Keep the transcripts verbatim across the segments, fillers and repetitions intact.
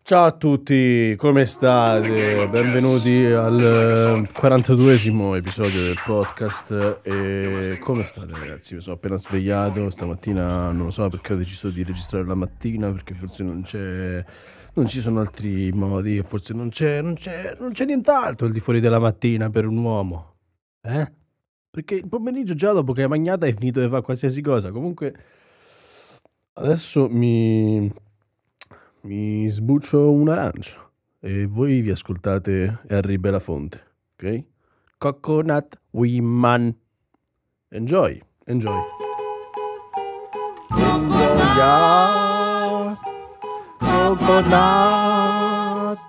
Ciao a tutti, come state? Benvenuti al quarantaduesimo episodio del podcast. E come state, ragazzi? Mi sono appena svegliato stamattina, non lo so perché ho deciso di registrare la mattina, perché forse non c'è non ci sono altri modi, forse non c'è non c'è non c'è nient'altro al di fuori della mattina per un uomo. Eh? Perché il pomeriggio già dopo che hai mangiato hai finito di fare qualsiasi cosa. Comunque adesso mi mi sbuccio un'arancia e voi vi ascoltate Harry Belafonte, ok? Coconut Woman. Enjoy, enjoy. Coconut, coconut.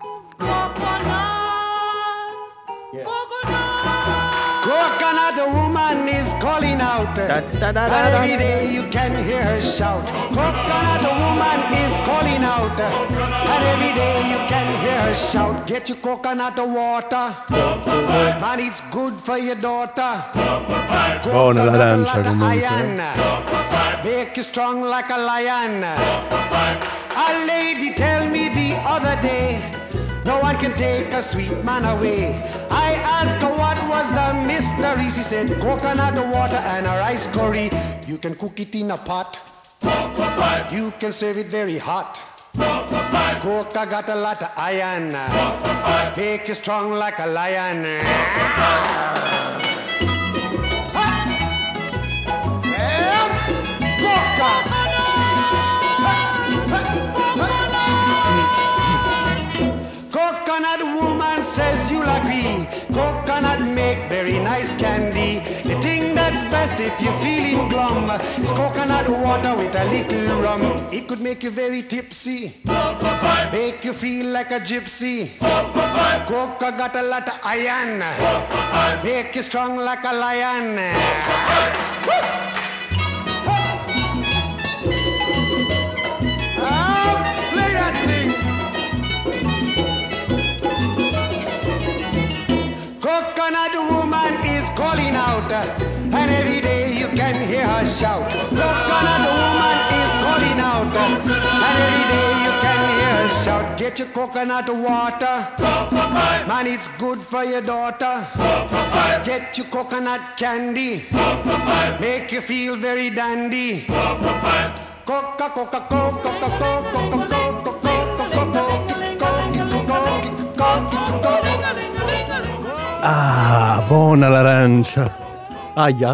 Yeah. Coconut woman is calling out. Da, da, da, da, And da. every day you can hear her shout. Coconut woman is calling out. And every day you can hear her shout. Get your coconut water. Man, it's good for your daughter. Buona l'arancia, like a comunque. iron. Make you strong like a lion. A lady tell me the other day, no one can take a sweet man away. I asked her what was the mystery. She said coconut water and a rice curry. You can cook it in a pot. You can serve it very hot. Coca got a lot of iron. Make you strong like a lion. Coca. Coconut woman says you'll agree. Coconut make very nice candy. The thing that's best if you're feeling glum is coconut water with a little rum. It could make you very tipsy, make you feel like a gypsy. Coca got a lot of iron, make you strong like a lion. Ah, play that thing. Coconut woman is calling out, and every day you can hear her shout. Coconut woman is calling out, and every day you can hear her shout. Get your coconut water, man, it's good for your daughter. Get your coconut candy, make you feel very dandy. Coca, Coca, Coca, Coca, Coca, Coca, Ah, buona l'arancia. Aia.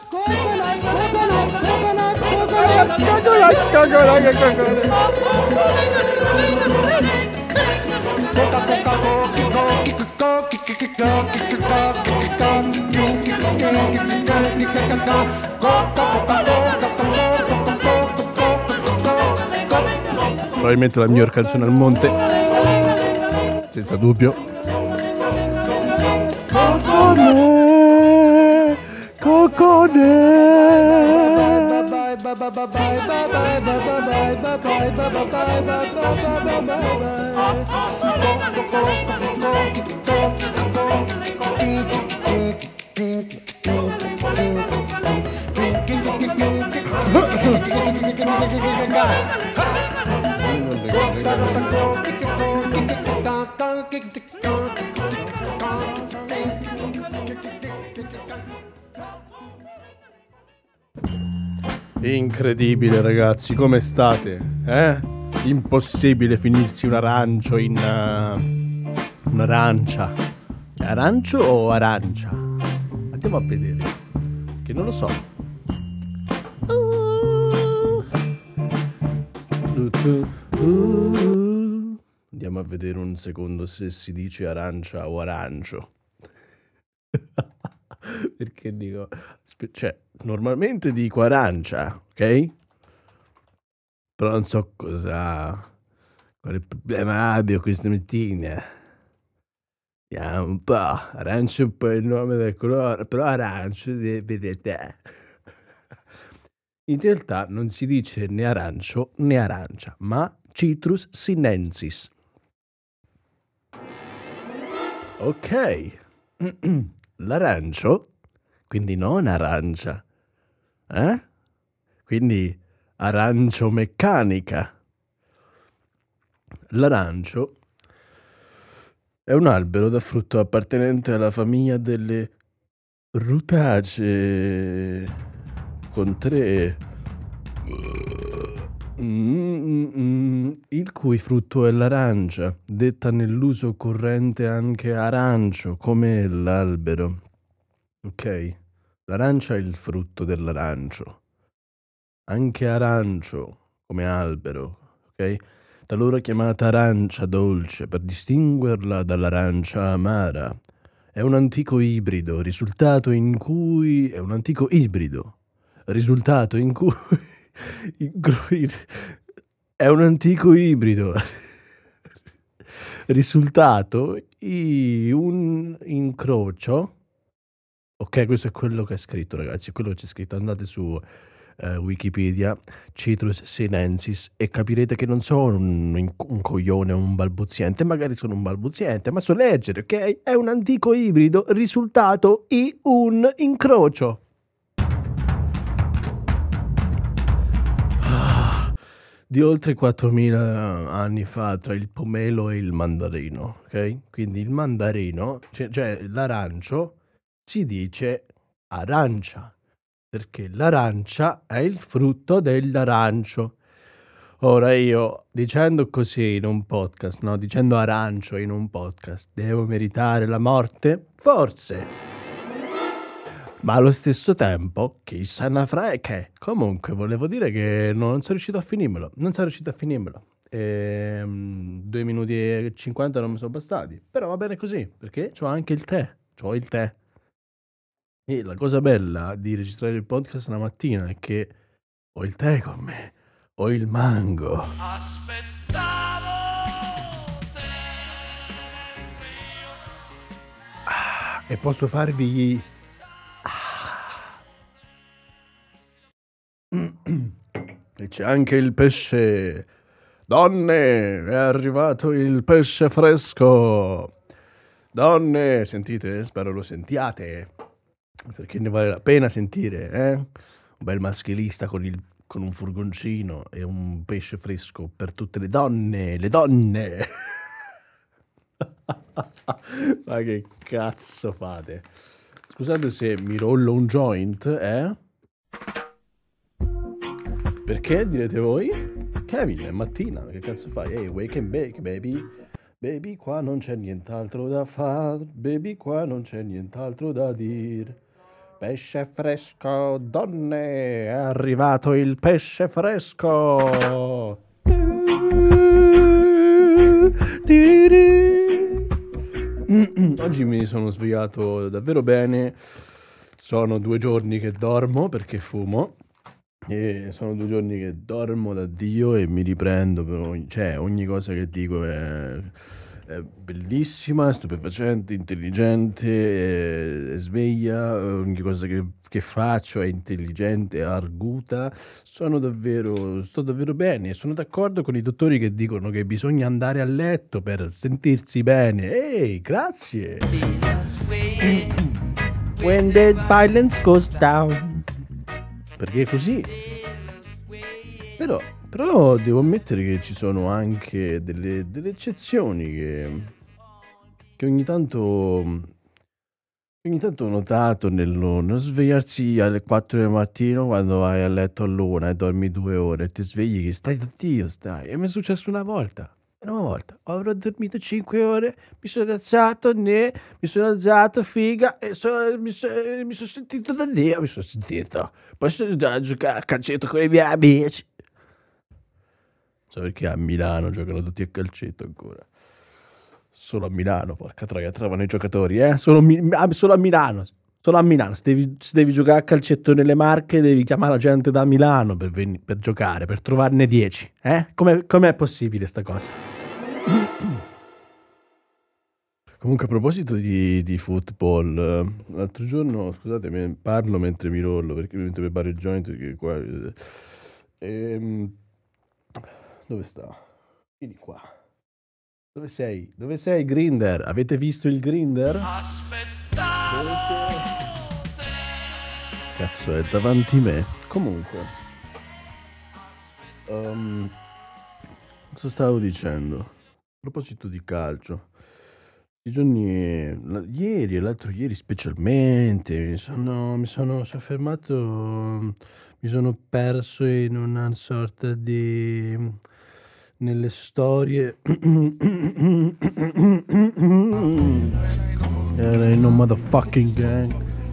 Probabilmente la miglior canzone al monte, senza dubbio. Cocone, cocone. Incredibile, ragazzi, come state? Eh? Impossibile finirsi un arancio in uh, un'arancia. Arancio o arancia? Andiamo a vedere, che non lo so. Andiamo a vedere un secondo se si dice arancia o arancio. Perché dico, spe- cioè, normalmente dico arancia, ok? Però non so cosa, quale problema abbia questa mattina. Vediamo un po', arancia è un po' il nome del colore, però arancio, de- vedete. In realtà non si dice né arancio né arancia, ma Citrus sinensis. Ok. L'arancio, quindi non arancia, eh? Quindi arancio meccanica. L'arancio è un albero da frutto appartenente alla famiglia delle rutacee, con tre mm, mm, il cui frutto è l'arancia, detta nell'uso corrente anche arancio, come l'albero. Ok? L'arancia è il frutto dell'arancio, anche arancio, come albero, ok? Talora chiamata arancia dolce per distinguerla dall'arancia amara. È un antico ibrido, risultato in cui... è un antico ibrido, risultato in cui... in cui- è un antico ibrido, risultato in un incrocio. Ok, questo è quello che è scritto, ragazzi, è quello che c'è scritto. Andate su eh, Wikipedia, Citrus sinensis, e capirete che non sono un, un coglione o un balbuziente, magari sono un balbuziente, ma so leggere, ok? È un antico ibrido risultato in un incrocio. Ah, di oltre quattromila anni fa tra il pomelo e il mandarino, ok? Quindi il mandarino, cioè, cioè l'arancio, si dice arancia, perché l'arancia è il frutto dell'arancio. Ora io, dicendo così in un podcast, no? Dicendo arancio in un podcast, devo meritare la morte? Forse. Ma allo stesso tempo, chi se ne frega? Comunque, volevo dire che non sono riuscito a finirmelo. Non sono riuscito a finirmelo. E, um, due minuti e cinquanta non mi sono bastati. Però va bene così, perché c'ho anche il tè. C'ho il tè. E la cosa bella di registrare il podcast la mattina è che ho il tè con me, ho il mango. Aspettavo te. Ah, e posso farvi gli... Ah. E c'è anche il pesce. Donne, è arrivato il pesce fresco. Donne, sentite? Spero lo sentiate, perché ne vale la pena sentire, eh? Un bel maschilista con, il, con un furgoncino e un pesce fresco per tutte le donne, le donne! Ma che cazzo fate? Scusate se mi rollo un joint, eh? Perché, direte voi? Kevin, è mattina, che cazzo fai? Ehi, hey, wake and bake, baby! Baby, qua non c'è nient'altro da far, baby, qua non c'è nient'altro da dir. Pesce fresco, donne, è arrivato il pesce fresco. Oggi mi sono svegliato davvero bene, sono due giorni che dormo perché fumo. E sono due giorni che dormo da Dio e mi riprendo per ogni, cioè ogni cosa che dico è, è bellissima, stupefacente, intelligente, è sveglia, ogni cosa che, che faccio è intelligente, arguta. Sono davvero, sto davvero bene. Sono d'accordo con i dottori che dicono che bisogna andare a letto per sentirsi bene. Ehi, grazie. When the violence goes down. Perché è così. Però, però devo ammettere che ci sono anche delle, delle eccezioni che, che ogni tanto ogni tanto ho notato nel non svegliarsi alle quattro del mattino quando vai a letto all'una e dormi due ore e ti svegli che stai da Dio stai. E mi è successo una volta. Una volta avrò dormito cinque ore, mi sono alzato, ne, mi sono alzato, figa, e so, mi, so, mi sono sentito da Dio, mi sono sentito. Poi sono andato a giocare a calcetto con i miei amici. So perché a Milano giocano tutti a calcetto ancora. Solo a Milano, porca troia, trovano i giocatori, eh? Solo, solo a Milano. Solo a Milano, se devi, se devi giocare a calcetto nelle Marche devi chiamare la gente da Milano per, ven- per giocare, per trovarne dieci, eh? Come com'è possibile sta cosa? Comunque a proposito di, di football, l'altro giorno, scusate, parlo mentre mi rollo, perché mentre preparo il joint, perché qua... Ehm, dove sta? Vieni qua. Dove sei? Dove sei, Grindr? Avete visto il Grindr? Aspettavo Dove sei? Cazzo, è davanti me. Comunque um, Cosa stavo dicendo? A proposito di calcio, i giorni, la- ieri e l'altro ieri specialmente, mi sono, mi sono soffermato, mi sono perso in una sorta di, nelle storie. Era in un motherfucking gang.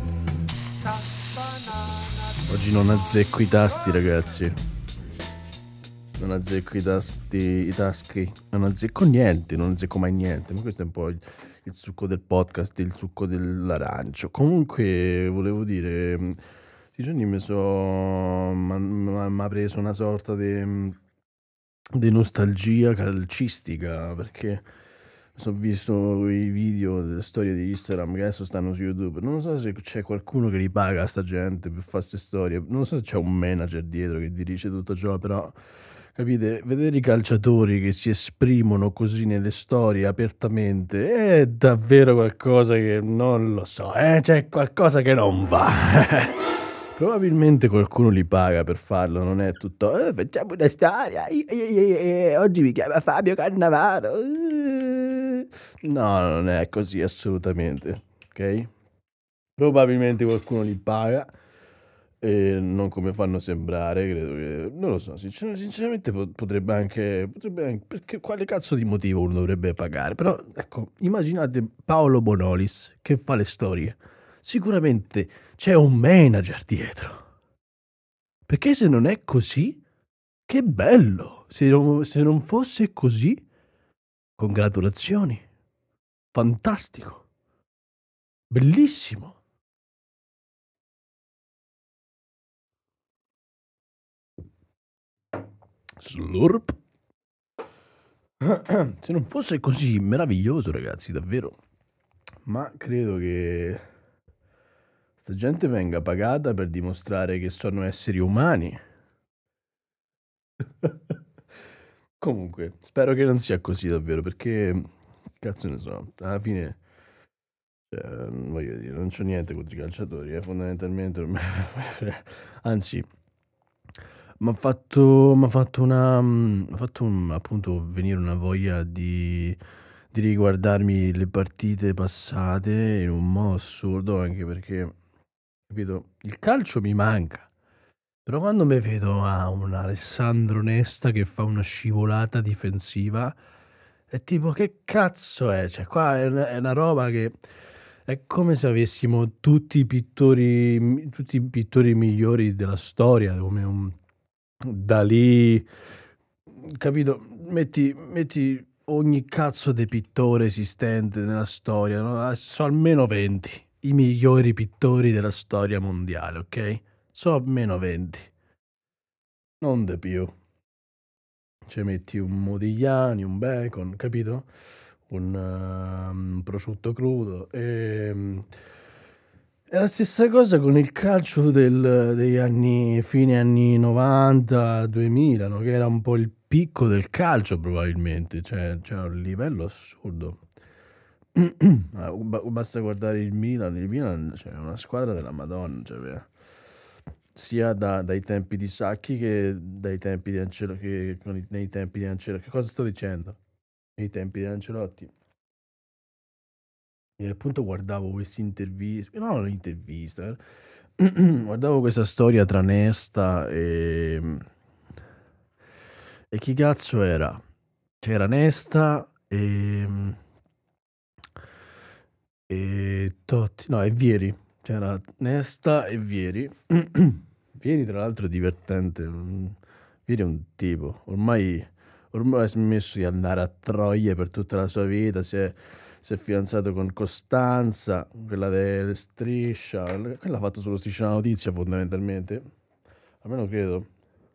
Oggi non azzecco i tasti, ragazzi. Non azzecco i tasti, i taschi, non azzecco niente, non azzecco mai niente. Ma questo è un po' il, il succo del podcast, il succo dell'arancio. Comunque, volevo dire, mh, questi giorni mi sono. Mi ha preso una sorta di di nostalgia calcistica perché mi sono visto i video delle storie di Instagram che adesso stanno su YouTube. Non lo so se c'è qualcuno che li paga a sta gente per fare queste storie. Non lo so se c'è un manager dietro che dirige tutto ciò, però capite, vedere i calciatori che si esprimono così nelle storie apertamente è davvero qualcosa che non lo so, eh? C'è qualcosa che non va. Probabilmente qualcuno li paga per farlo, non è tutto "Eh, facciamo una storia, eh, eh, eh, oggi mi chiama Fabio Cannavaro". Eh. No, non è così assolutamente, ok? Probabilmente qualcuno li paga e non come fanno sembrare, credo che. Non lo so, sincer- sinceramente po- potrebbe anche, potrebbe anche. Perché quale cazzo di motivo uno dovrebbe pagare? Però, ecco, immaginate Paolo Bonolis che fa le storie. Sicuramente c'è un manager dietro. Perché se non è così, che bello! Se non, se non fosse così, congratulazioni. Fantastico. Bellissimo. Slurp. Se non fosse così meraviglioso, ragazzi, davvero. Ma credo che sta gente venga pagata per dimostrare che sono esseri umani. Comunque, spero che non sia così davvero, perché cazzo ne so, alla fine cioè, voglio dire, non c'ho niente contro i calciatori, eh, fondamentalmente ormai- anzi, mi ha fatto, m'ha fatto una, m'ha fatto un- appunto venire una voglia di, di riguardarmi le partite passate in un modo assurdo, anche perché, capito, il calcio mi manca. Però quando mi vedo a un Alessandro Nesta che fa una scivolata difensiva, è tipo che cazzo è? Cioè, qua è una, è una roba che è come se avessimo tutti i pittori, tutti i pittori migliori della storia, come un Dalì, capito? Metti, metti ogni cazzo di pittore esistente nella storia, no? So almeno venti, i migliori pittori della storia mondiale, ok? So almeno venti, non di più. Ci metti un Modigliani, un bacon, capito? Un, uh, un prosciutto crudo. E, è la stessa cosa con il calcio del, degli anni, fine anni novanta, duemila, no? Che era un po' il picco del calcio probabilmente, cioè c'era un livello assurdo. Ah, ba- basta guardare il Milan, il Milan cioè, è una squadra della Madonna, cioè, vera. Sia da- dai tempi di Sacchi che dai tempi di Ancelotti, che con i- nei tempi di Ancelotti. Che cosa sto dicendo? Nei tempi di Ancelotti. E appunto guardavo queste interviste, no, non interviste, eh. Guardavo questa storia tra Nesta e... E chi cazzo era? C'era Nesta e... E Totti, no, e Vieri. C'era Nesta e Vieri. Vieri, tra l'altro, è divertente. mm, Vieri è un tipo. Ormai, ormai ha smesso di andare a Troie per tutta la sua vita. Si è, si è fidanzato con Costanza, quella delle striscia. Quella ha fatto solo striscia la notizia, fondamentalmente. Almeno credo.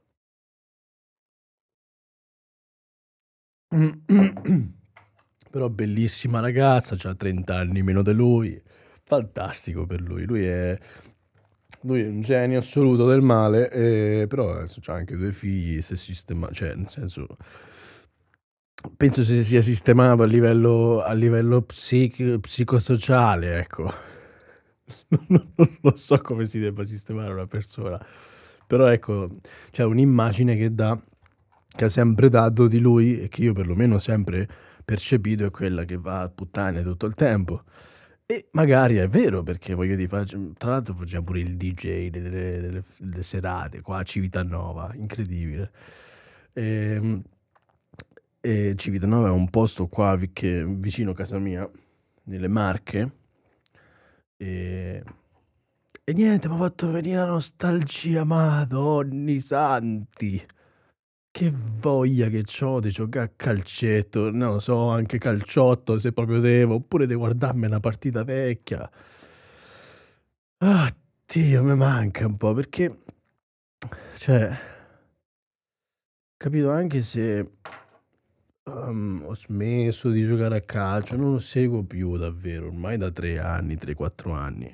Però bellissima ragazza, ha trenta anni meno di lui. Fantastico per lui. Lui è, lui è un genio assoluto del male, eh, però adesso c'ha anche due figli, si è sistema, cioè nel senso, penso si sia sistemato a livello, a livello psic- psicosociale, ecco. Non, non lo so come si debba sistemare una persona, però ecco, c'è un'immagine che dà che ha sempre dato di lui e che io perlomeno ho sempre percepito è quella che va a puttane tutto il tempo. E magari è vero, perché voglio dire, faccio- tra l'altro faceva pure il D J delle, delle- delle serate qua a Civitanova, incredibile. E, e Civitanova è un posto qua vi- che, vicino a casa mia, nelle Marche, e, e niente, mi ha fatto venire la nostalgia, madonni santi. Che voglia che ho di giocare a calcetto, non lo so, anche calciotto se proprio devo, oppure di guardarmi una partita vecchia. Ah, Dio, mi manca un po' perché, cioè, capito, anche se um, ho smesso di giocare a calcio, non lo seguo più davvero, ormai da tre anni, tre quattro anni.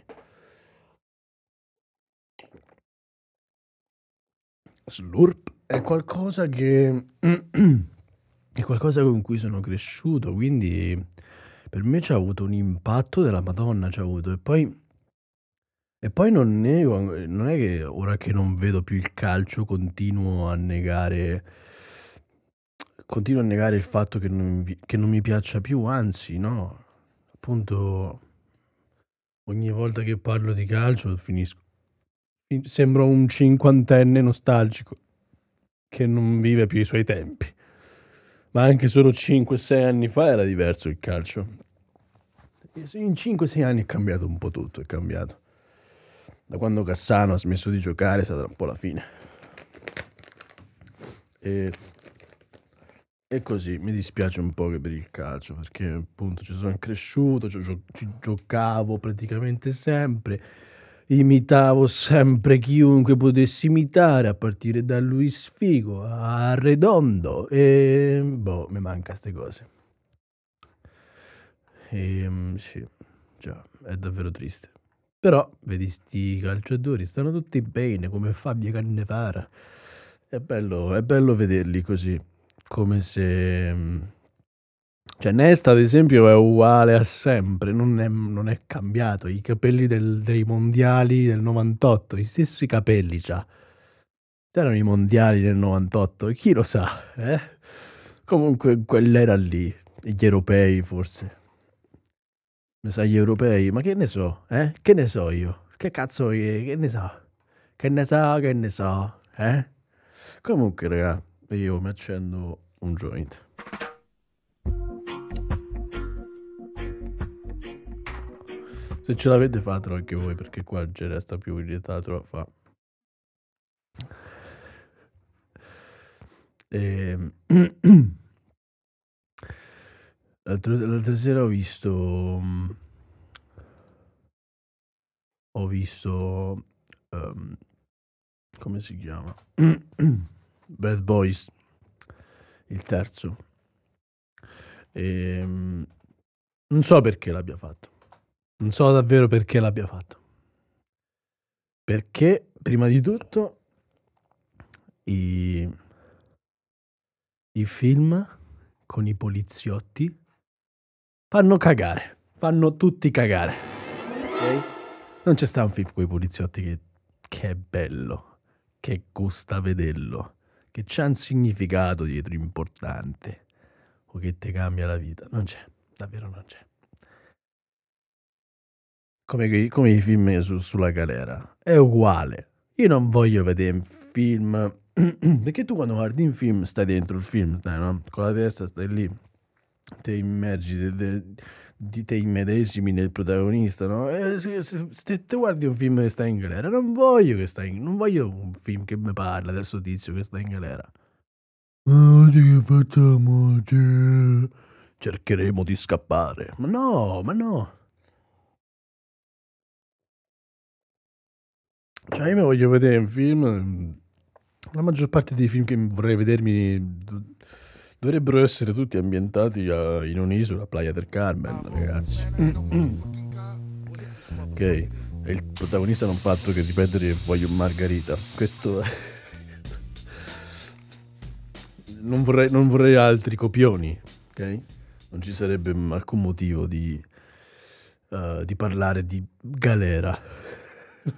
Slurp è qualcosa che è qualcosa con cui sono cresciuto, quindi per me c'ha avuto un impatto della Madonna, c'ha avuto. E poi, e poi non nego, non è che ora che non vedo più il calcio continuo a negare, continuo a negare il fatto che non, mi- che non mi piaccia più, anzi, no. Appunto, ogni volta che parlo di calcio finisco, fin- sembro un cinquantenne nostalgico che non vive più i suoi tempi. Ma anche solo cinque sei anni fa era diverso il calcio. In cinque sei anni è cambiato un po' tutto, è cambiato. Da quando Cassano ha smesso di giocare è stata un po' la fine. E, e così mi dispiace un po' che per il calcio, perché appunto ci sono cresciuto, ci, gio- ci giocavo praticamente sempre, imitavo sempre chiunque potessi imitare, a partire da Luis Figo a Redondo, e boh, mi manca ste cose. E mm, sì, già, è davvero triste. Però, vedi, sti calciatori stanno tutti bene, come Fabio Cannavaro. È bello, è bello vederli così, come se... mm, cioè, Nesta, ad esempio, è uguale a sempre, non è, non è cambiato. I capelli del- dei mondiali del novantotto, gli stessi capelli c'ha. C'erano i mondiali del novantotto, chi lo sa, eh? Comunque, quell'era lì, gli europei forse. Mi sa gli europei, ma che ne so, eh? Che ne so io? Che cazzo, che, che ne so? Che ne so, che ne so, eh? Comunque, raga, io mi accendo un joint. Se ce l'avete fatelo anche voi, perché qua ci resta più irritato a fa. E... l'altro- l'altra sera ho visto... mm, Ho visto... um, come si chiama? Bad Boys, il terzo. E... mm, non so perché l'abbia fatto. Non so davvero perché l'abbia fatto. Perché, prima di tutto, i, i film con i poliziotti fanno cagare. Fanno tutti cagare. Ok? Non c'è sta un film con i poliziotti che, che è bello, che gusta vederlo, che c'ha un significato dietro importante o che ti cambia la vita. Non c'è, davvero non c'è. Come, i- come i film su- sulla galera. È uguale. Io non voglio vedere un film. Perché tu quando guardi un film stai dentro il film, stai, no? Con la testa stai lì, te immergi, te, te, di te immedesimi nel protagonista, no? E se, se, se te guardi un film che sta in galera, non voglio che stai in, non voglio un film che mi parla del suo tizio che sta in galera. Oh, che facciamo? Cioè, cercheremo di scappare. Ma no, ma no. Cioè, io mi voglio vedere un film. La maggior parte dei film che vorrei vedermi do- dovrebbero essere tutti ambientati a- in un'isola, Playa del Carmen, ragazzi. Ok, e il protagonista non fa altro che ripetere voglio Margarita. Questo non vorrei, non vorrei altri copioni, ok? Non ci sarebbe alcun motivo di, eh, di parlare di galera.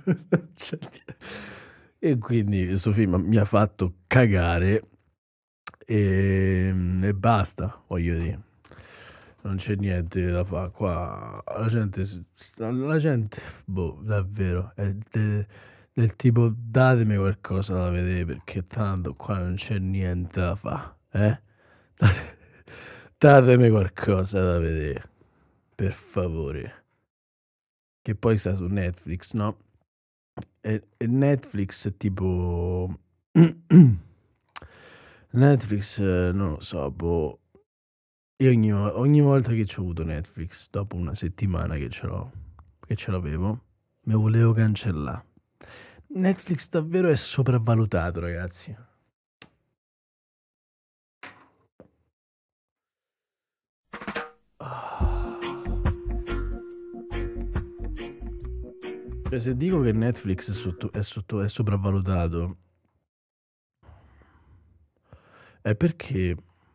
Cioè, e quindi questo film mi ha fatto cagare e, e basta, voglio dire. Non c'è niente da fare qua. La gente, la gente, boh, davvero, è de- del tipo datemi qualcosa da vedere perché tanto qua non c'è niente da fare, eh? Date- Datemi qualcosa da vedere, per favore. Che poi sta su Netflix, no? E, e Netflix è tipo... Netflix, eh, non lo so, boh. Io ogni, ogni volta che ho avuto Netflix, dopo una settimana che ce l'ho, che ce l'avevo, mi volevo cancellare. Netflix davvero è sopravvalutato, ragazzi. Cioè, se dico che Netflix è, sotto, è, sotto, è sopravvalutato, è perché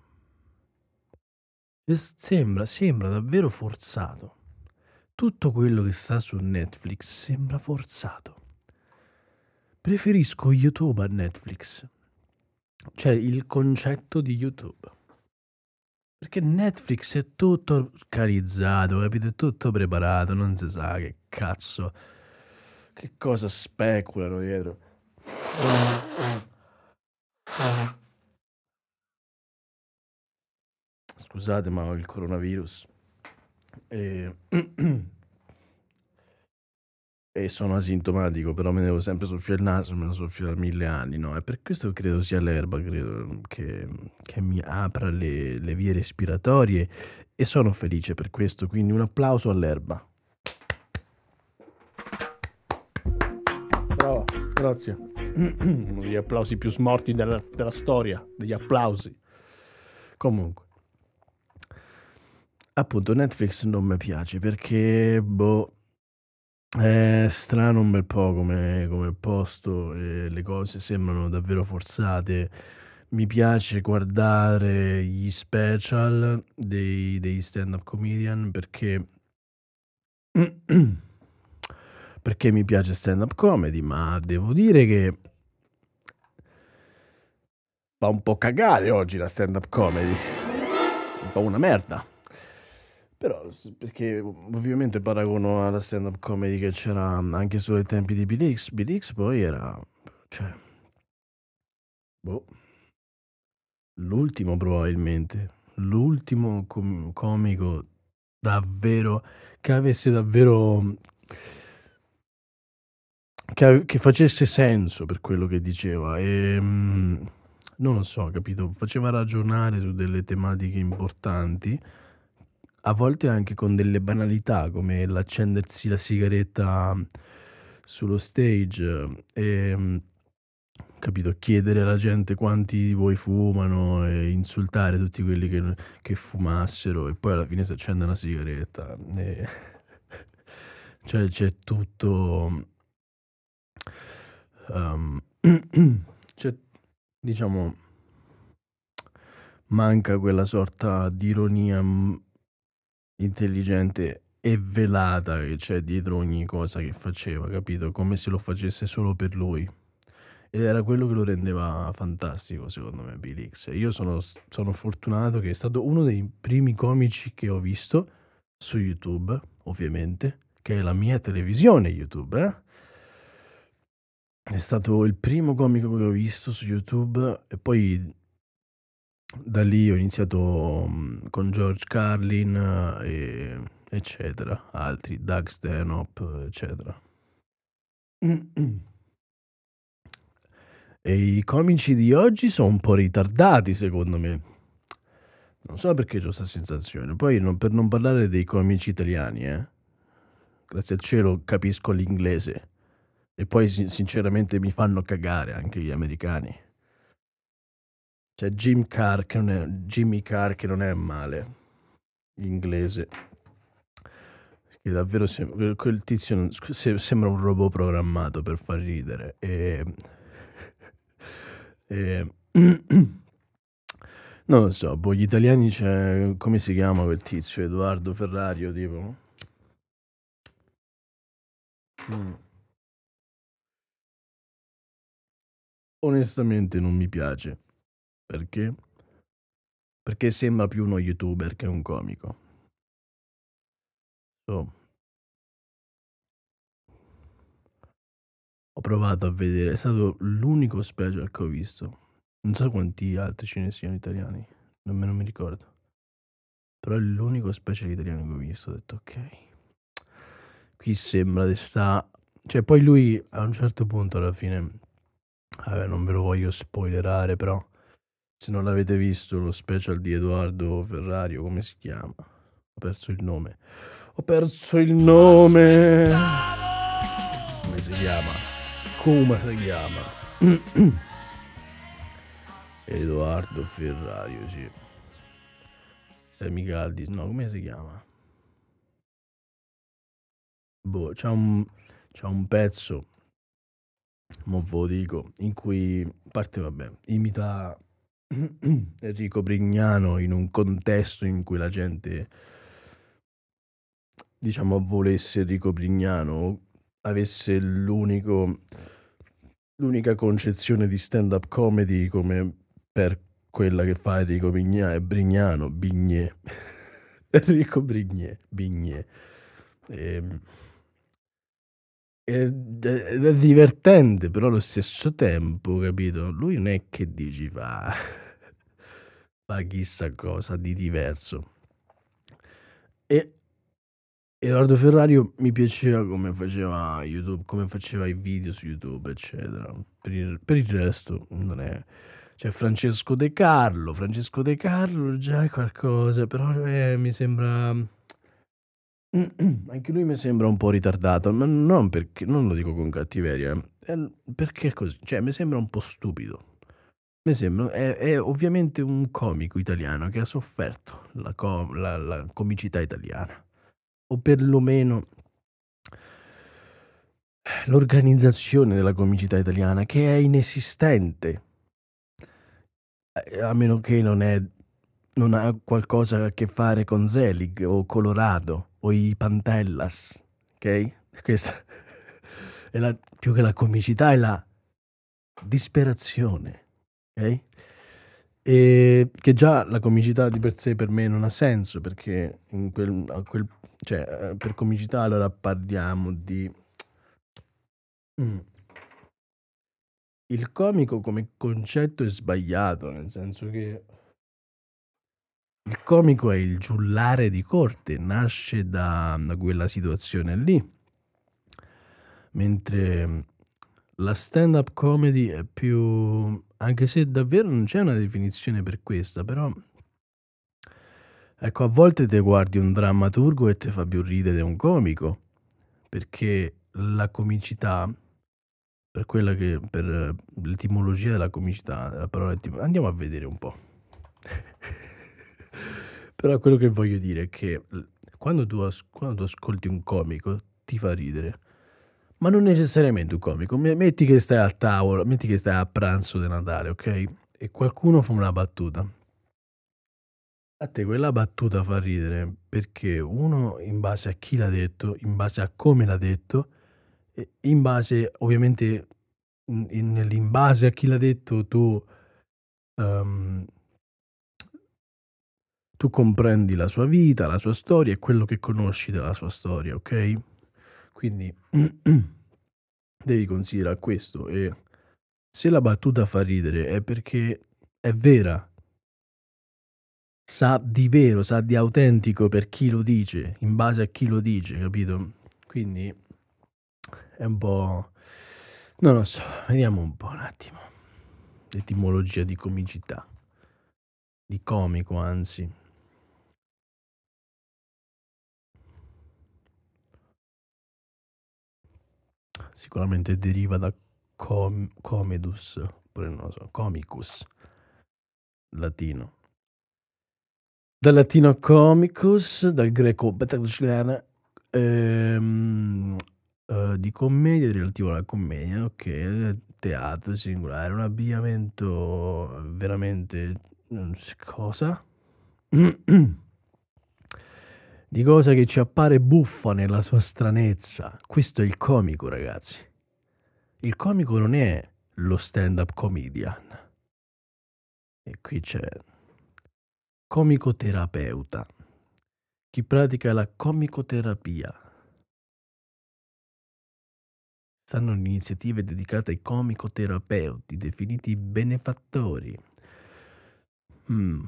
sembra, sembra davvero forzato. Tutto quello che sta su Netflix sembra forzato. Preferisco YouTube a Netflix. Cioè, il concetto di YouTube. Perché Netflix è tutto organizzato, capito? È tutto preparato, non si sa che cazzo, che cosa speculano dietro. Scusate, ma ho il coronavirus e, e sono asintomatico, però mi devo sempre soffiare il naso, me lo soffio da mille anni, no? E per questo credo sia l'erba, credo che, che mi apra le, le vie respiratorie e sono felice per questo, quindi un applauso all'erba. Bravo, grazie. Uno degli applausi più smorti della, della storia, degli applausi. Comunque, appunto, Netflix non mi piace perché, boh, è strano un bel po' come, come posto e le cose sembrano davvero forzate. Mi piace guardare gli special dei, dei stand-up comedian perché... perché mi piace stand-up comedy, ma devo dire che fa un po' cagare oggi la stand-up comedy. Un po' una merda. Però, perché ovviamente paragono alla stand-up comedy che c'era anche solo ai tempi di Bill X. Bill X poi era, cioè, boh, l'ultimo probabilmente. L'ultimo com- comico davvero, che avesse davvero, che, che facesse senso per quello che diceva. E... mm, non lo so, capito? Faceva ragionare su delle tematiche importanti, a volte anche con delle banalità come l'accendersi la sigaretta sullo stage e, capito, chiedere alla gente quanti di voi fumano e insultare tutti quelli che, che fumassero e poi alla fine si accende una sigaretta. E cioè c'è tutto... Um, c'è, diciamo, manca quella sorta di ironia mm, intelligente e velata che c'è dietro ogni cosa che faceva, capito? Come se lo facesse solo per lui. Ed era quello che lo rendeva fantastico, secondo me, Bill X. Io sono, sono fortunato che è stato uno dei primi comici che ho visto su YouTube, ovviamente, che è la mia televisione YouTube, eh? È stato il primo comico che ho visto su YouTube e poi da lì ho iniziato mm, con George Carlin e eccetera, altri, Doug Stanhope, eccetera. E i comici di oggi sono un po' ritardati, secondo me. Non so perché ho questa sensazione. Poi non- per non parlare dei comici italiani, eh. Grazie al cielo capisco l'inglese. E poi sin- sinceramente mi fanno cagare anche gli americani. C'è Jim Carr che non è, Jimmy Carr che non è male. Inglese. Che davvero sem- quel tizio non- se- sembra un robot programmato per far ridere. E... e... non lo so, boh, gli italiani c'è... come si chiama quel tizio? Edoardo Ferrario, tipo? Mm. Onestamente non mi piace. Perché? perché sembra più uno youtuber che un comico. So, ho provato a vedere, è stato l'unico special che ho visto. Non so quanti altri ce ne siano italiani, nemmeno mi ricordo. Però è l'unico special italiano che ho visto, ho detto ok. Qui sembra di sta... Cioè poi lui a un certo punto alla fine... Vabbè, non ve lo voglio spoilerare, però... Se non l'avete visto lo special di Edoardo Ferrario, come si chiama? Ho perso il nome. Ho perso il nome. Come si chiama? Come si chiama? Edoardo Ferrario, sì. E mica Aldis, no, come si chiama? Boh, c'ha un, c'ha un pezzo, mo ve lo dico, in cui, a parte vabbè, imita Enrico Brignano in un contesto in cui la gente, diciamo, volesse Enrico Brignano, avesse l'unico, l'unica concezione di stand-up comedy come per quella che fa Enrico Brigna- Brignano, Bignè. Enrico Brignè, Bignè. Ehm, Ed è, ed è divertente, però allo stesso tempo, capito? Lui non è che dici fa, fa chissà cosa di diverso. E Edoardo Ferrario mi piaceva come faceva YouTube, come faceva i video su YouTube, eccetera. Per il, per il resto non è... C'è Francesco De Carlo, Francesco De Carlo già è qualcosa, però eh, mi sembra... Anche lui mi sembra un po' ritardato, ma non perché, non lo dico con cattiveria, è perché è così, cioè mi sembra un po' stupido. Mi sembra, è, è ovviamente un comico italiano che ha sofferto la, co- la- la comicità italiana, o perlomeno l'organizzazione della comicità italiana che è inesistente, eh, a meno che non è non ha qualcosa a che fare con Zelig o Colorado o i Pantellas, ok? Questa è la, più che la comicità è la disperazione, ok? E che già la comicità di per sé per me non ha senso, perché in quel, a quel, cioè, eh, per comicità allora parliamo di... Mm. Il comico come concetto è sbagliato, nel senso che il comico è il giullare di corte, nasce da, da quella situazione lì, mentre la stand-up comedy è più... anche se davvero non c'è una definizione per questa, però... Ecco, a volte te guardi un drammaturgo e te fa più ridere di un comico, perché la comicità, per quella che... per l'etimologia della comicità, della parola etim- andiamo a vedere un po'. Però quello che voglio dire è che quando tu, as- quando tu ascolti un comico ti fa ridere, ma non necessariamente un comico. Me- Metti che stai a tavola, metti che stai a pranzo di Natale, ok? E qualcuno fa una battuta. A te quella battuta fa ridere perché uno in base a chi l'ha detto, in base a come l'ha detto, e in base ovviamente in, in, in base a chi l'ha detto tu ehm, tu comprendi la sua vita, la sua storia e quello che conosci della sua storia, ok? Quindi devi considerare questo e se la battuta fa ridere è perché è vera, sa di vero, sa di autentico per chi lo dice, in base a chi lo dice, capito? Quindi è un po'... non lo so, vediamo un po' un attimo. L'etimologia di comicità, di comico anzi. Sicuramente deriva da com- comedus, oppure non lo so, comicus, latino. Dal latino comicus, dal greco betacilena, ehm, eh, di commedia, relativo alla commedia, ok, teatro singolare, un abbigliamento veramente... mm, cosa? Di cosa che ci appare buffa nella sua stranezza. Questo è il comico, ragazzi. Il comico non è lo stand-up comedian. E qui c'è comicoterapeuta, chi pratica la comicoterapia. Stanno iniziative dedicate ai comicoterapeuti, definiti benefattori. Mm.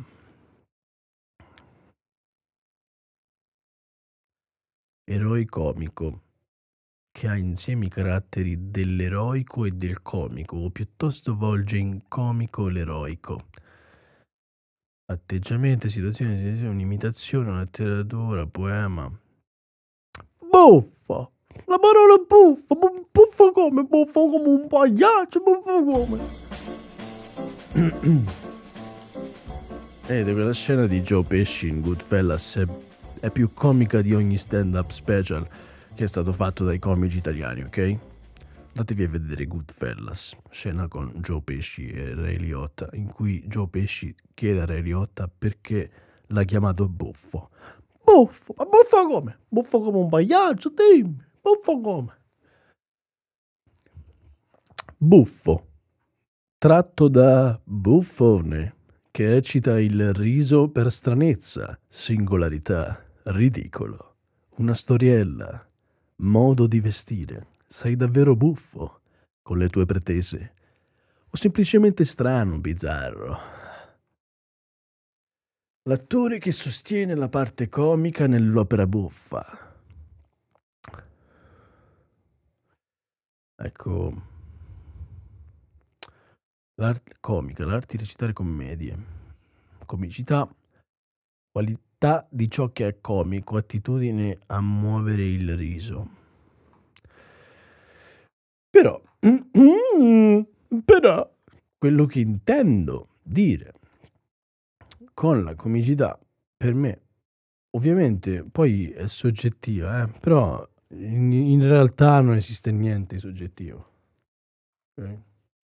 Eroe comico, che ha insieme i caratteri dell'eroico e del comico, o piuttosto volge in comico l'eroico. Atteggiamento, situazione, un'imitazione, una letteratura, poema. Buffa! La parola buffa! Buffa come? Buffa come un pagliaccio, buffa come? Ed è quella scena di Joe Pesci in Goodfellas è, è più comica di ogni stand-up special che è stato fatto dai comici italiani, ok? Andatevi a vedere Goodfellas, scena con Joe Pesci e Ray Liotta, in cui Joe Pesci chiede a Ray Liotta perché l'ha chiamato buffo. Buffo? Ma buffo come? Buffo come un pagliaccio, dimmi, buffo come? Buffo, tratto da buffone, che eccita il riso per stranezza, singolarità, ridicolo, una storiella, modo di vestire. Sei davvero buffo con le tue pretese, o semplicemente strano, bizzarro? L'attore che sostiene la parte comica nell'opera buffa. Ecco, l'arte comica, l'arte di recitare commedie, comicità, qualità di ciò che è comico, attitudine a muovere il riso. Però, però, quello che intendo dire con la comicità, per me, ovviamente, poi è soggettiva, eh, però in, in realtà non esiste niente di soggettivo. Okay?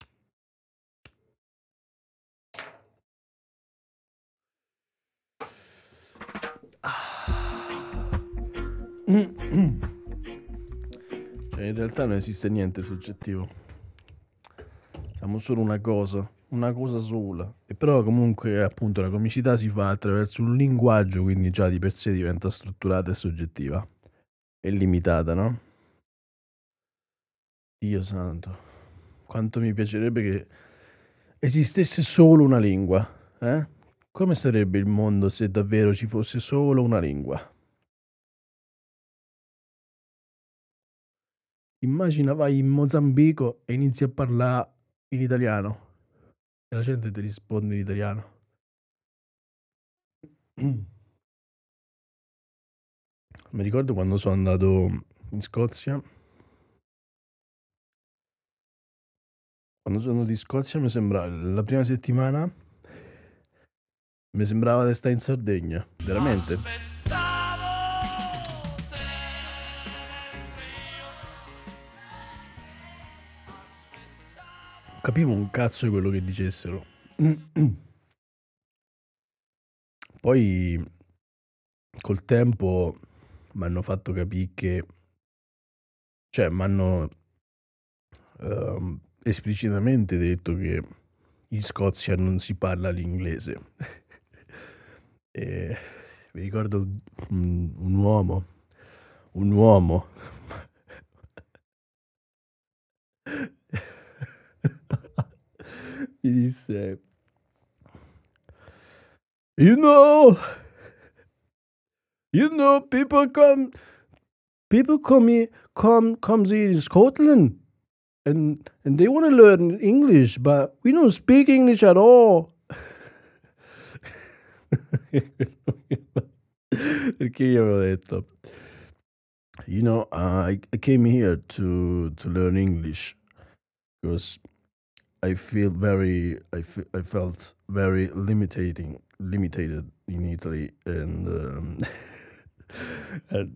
Cioè, in realtà non esiste niente soggettivo. Siamo solo una cosa, una cosa sola. E però comunque appunto la comicità si fa attraverso un linguaggio, quindi già di per sé diventa strutturata e soggettiva. E limitata, no? Dio santo. Quanto mi piacerebbe che esistesse solo una lingua, eh? Come sarebbe il mondo se davvero ci fosse solo una lingua? Immagina vai in Mozambico e inizi a parlare in italiano e la gente ti risponde in italiano. Mi ricordo quando sono andato in Scozia. Quando sono andato in Scozia mi sembrava, la prima settimana mi sembrava di stare in Sardegna, veramente. Capivo un cazzo di quello che dicessero. Poi col tempo mi hanno fatto capire che, cioè mi hanno uh, esplicitamente detto che in Scozia non si parla l'inglese. E mi ricordo un, un uomo, un uomo mi disse, you know, you know, people come, people come here, come, comes here in Scotland, and and they want to learn English, but we don't speak English at all. Perché io avevo detto, you know, uh, I, I came here to to learn English because I feel very, I, f- I felt very limiting, limited in Italy, and, um, and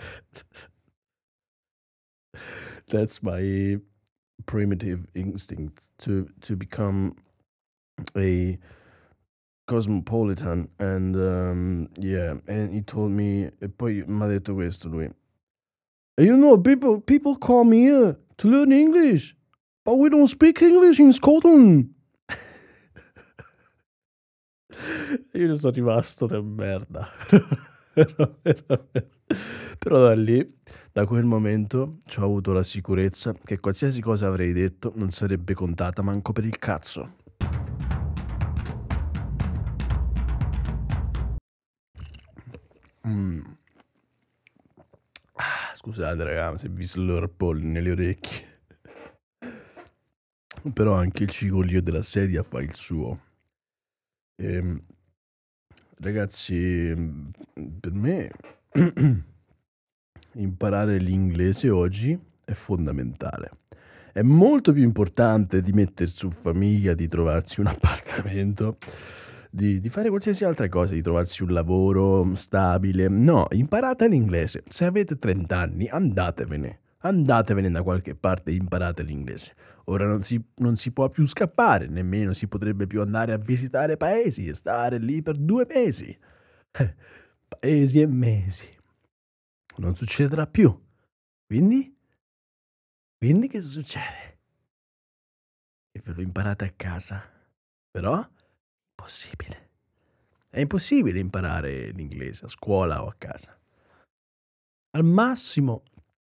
that's my primitive instinct to to become a cosmopolitan, and um, yeah, and he told me, e poi mi ha detto questo lui, you know, people people come here to learn English, but we don't speak English in Scotland. Io ne sono rimasto de merda. Però, veramente. Però da lì, da quel momento, c'ho avuto la sicurezza che qualsiasi cosa avrei detto non sarebbe contata manco per il cazzo. Mm. Ah, scusate raga, se vi slurpo nelle orecchie. Però anche il cigoglio della sedia fa il suo. Ehm, ragazzi, mm, per me imparare l'inglese oggi è fondamentale. È molto più importante di mettere su famiglia, di trovarsi un appartamento, di, di fare qualsiasi altra cosa, di trovarsi un lavoro stabile. No, imparate l'inglese. Se avete trenta anni, andatevene. Andatevene da qualche parte e imparate l'inglese. Ora non si, non si può più scappare, nemmeno si potrebbe più andare a visitare paesi e stare lì per due mesi. Paesi e mesi. Non succederà più. Quindi? Quindi che succede? Che ve lo imparate a casa. Però è impossibile. È impossibile imparare l'inglese a scuola o a casa. Al massimo,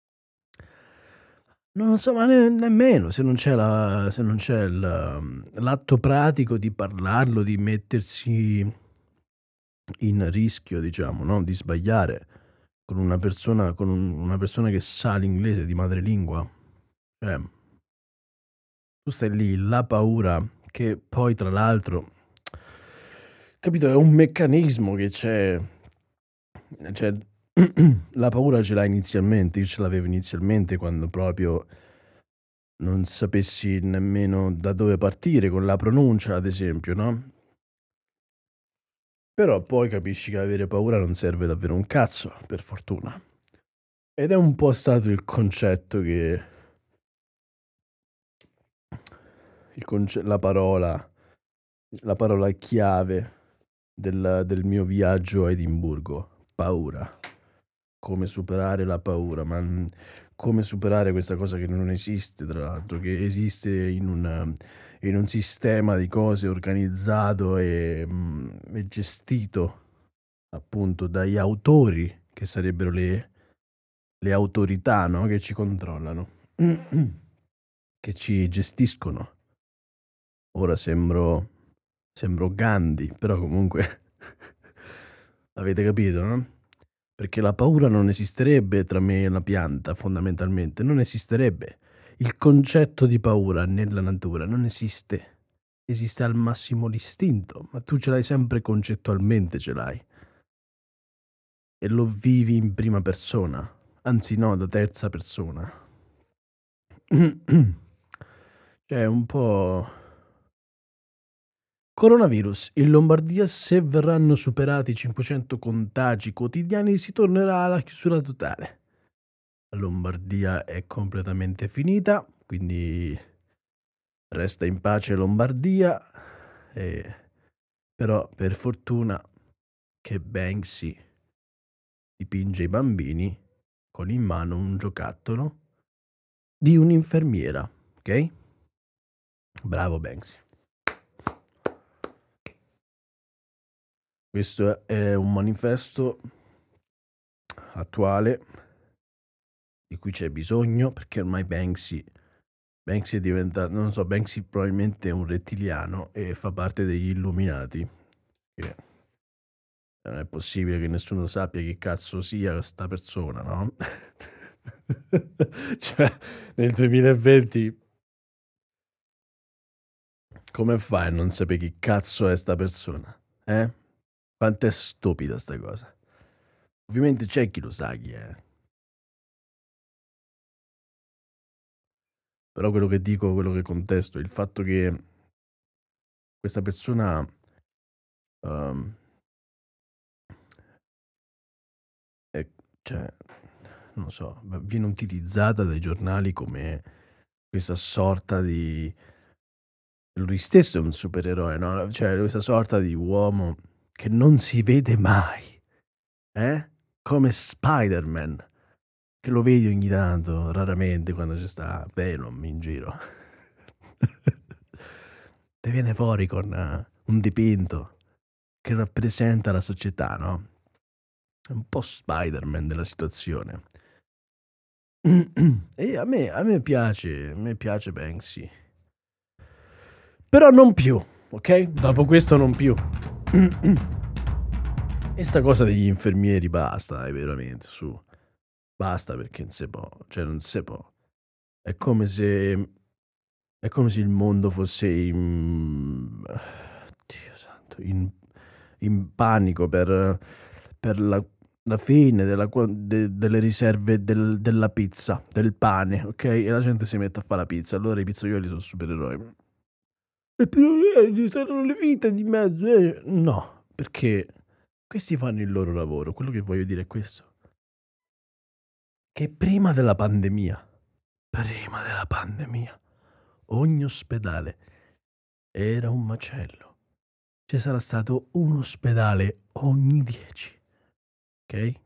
non so, ma ne- nemmeno se non c'è, la, se non c'è il, l'atto pratico di parlarlo, di mettersi in rischio, diciamo, no? Di sbagliare con una persona, con un- una persona che sa l'inglese di madrelingua. Cioè, tu stai lì, la paura che poi tra l'altro, capito, è un meccanismo che c'è, cioè la paura ce l'ha inizialmente, io ce l'avevo inizialmente quando proprio non sapessi nemmeno da dove partire con la pronuncia, ad esempio, no? Però poi capisci che avere paura non serve davvero un cazzo, per fortuna. Ed è un po' stato il concetto che il conce- la parola, la parola chiave del, del mio viaggio a Edimburgo. Paura. Come superare la paura, ma mm, come superare questa cosa che non esiste, tra l'altro, che esiste in un, in un sistema di cose organizzato e, mm, e gestito appunto dagli autori, che sarebbero le, le autorità, no? Che ci controllano, che ci gestiscono. Ora sembro, sembro Gandhi, però comunque avete capito, no? Perché la paura non esisterebbe tra me e la pianta, fondamentalmente, non esisterebbe. Il concetto di paura nella natura non esiste. Esiste al massimo l'istinto, ma tu ce l'hai sempre concettualmente, ce l'hai. E lo vivi in prima persona, anzi no, da terza persona. Cioè, un po'... Coronavirus. In Lombardia, se verranno superati i cinquecento contagi quotidiani, si tornerà alla chiusura totale. La Lombardia è completamente finita, quindi resta in pace Lombardia. E... Però, per fortuna, che Banksy dipinge i bambini con in mano un giocattolo di un'infermiera, ok? Bravo Banksy. Questo è un manifesto attuale di cui c'è bisogno, perché ormai Banksy, Banksy è diventato, non so, Banksy probabilmente è un rettiliano e fa parte degli Illuminati. Che non è possibile che nessuno sappia chi cazzo sia questa persona, no? Cioè, nel duemilaventi come fai a non sapere chi cazzo è sta persona? Eh? Quanto è stupida sta cosa. Ovviamente c'è chi lo sa chi è. Però quello che dico, quello che contesto, è il fatto che questa persona um, è, cioè, non lo so, viene utilizzata dai giornali come questa sorta di... Lui stesso è un supereroe, no? Cioè, questa sorta di uomo che non si vede mai, eh? Come Spider-Man, che lo vedi ogni tanto, raramente, quando c'è sta Venom in giro. Te viene fuori con uh, un dipinto che rappresenta la società, no? È un po' Spider-Man della situazione. E a me, a me piace, a me piace Banksy. Però non più, ok? Dopo questo non più. E sta cosa degli infermieri basta, è veramente, su. Basta perché non si può, cioè non si può. È come se è come se il mondo fosse in Dio santo, in, in panico per, per la, la fine della, de, delle riserve del, della pizza, del pane, ok? E la gente si mette a fare la pizza, allora i pizzaioli sono supereroi. E però ci saranno le vite di mezzo, eh? No, perché questi fanno il loro lavoro. Quello che voglio dire è questo: che prima della pandemia, prima della pandemia, ogni ospedale era un macello. Ci sarà stato un ospedale ogni dieci, ok?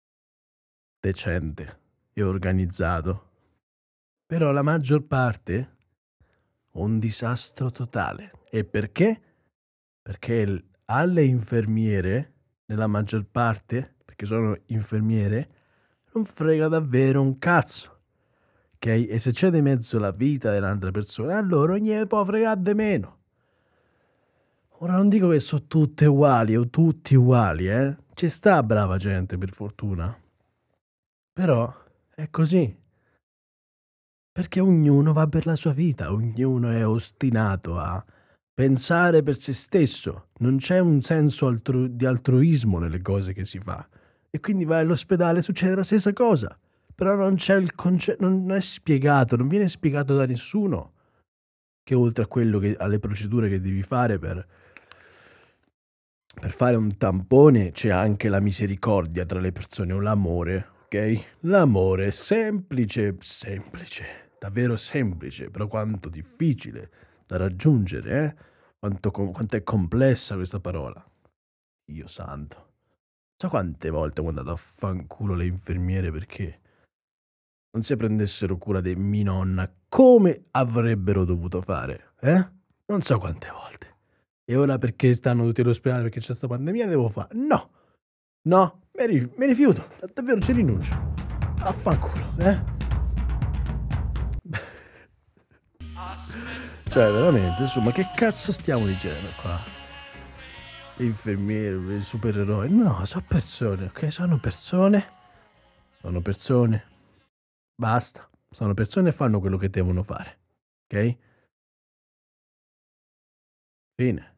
Decente e organizzato. Però la maggior parte un disastro totale. E perché? Perché alle infermiere, nella maggior parte, perché sono infermiere, non frega davvero un cazzo, ok? E se c'è di mezzo la vita dell'altra persona, allora ne può fregare di meno. Ora non dico che sono tutte uguali o tutti uguali, eh? Ci sta brava gente, per fortuna. Però è così. Perché ognuno va per la sua vita, ognuno è ostinato a pensare per se stesso. Non c'è un senso altru- di altruismo nelle cose che si fa. E quindi vai all'ospedale e succede la stessa cosa. Però non c'è il concetto, non è spiegato, non viene spiegato da nessuno che oltre a quello che, alle procedure che devi fare per, per fare un tampone c'è anche la misericordia tra le persone o l'amore, ok? L'amore è semplice, semplice, davvero semplice, però quanto difficile da raggiungere, eh? Quanto, quanto è complessa questa parola. Dio santo. So quante volte ho andato a fanculo le infermiere perché non si prendessero cura di mia nonna come avrebbero dovuto fare, eh? Non so quante volte. E ora perché stanno tutti all'ospedale perché c'è sta pandemia devo fare? No, no, mi, ri- mi rifiuto, davvero ci rinuncio. Affanculo, eh? Cioè, veramente, insomma, che cazzo stiamo dicendo qua? L'infermiere, i supereroi. No, sono persone, ok? Sono persone. Sono persone. Basta. Sono persone e fanno quello che devono fare. Ok? Fine.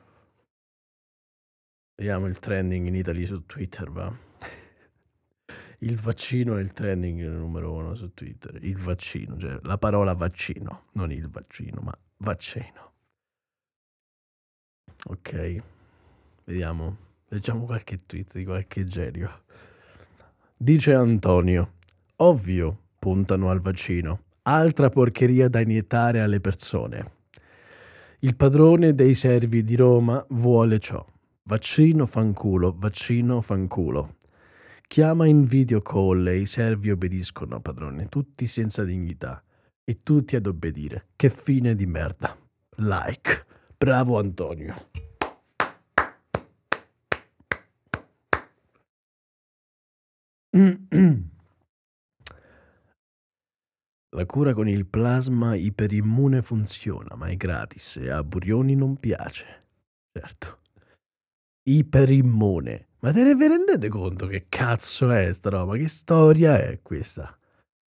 Vediamo il trending in Italy su Twitter, va? Il vaccino è il trending numero uno su Twitter. Il vaccino, cioè la parola vaccino. Non il vaccino, ma vaccino. Ok. Vediamo. Leggiamo qualche tweet di qualche genio. Dice Antonio. Ovvio, puntano al vaccino. Altra porcheria da iniettare alle persone. Il padrone dei servi di Roma vuole ciò. Vaccino fanculo, vaccino fanculo. Chiama in video call e i servi obbediscono, padrone, tutti senza dignità. E tutti ad obbedire. Che fine di merda. Like. Bravo Antonio. La cura con il plasma iperimmune funziona, ma è gratis e a Burioni non piace. Certo. Iperimmune. Ma te ne vi rendete conto che cazzo è sta roba? Che storia è questa?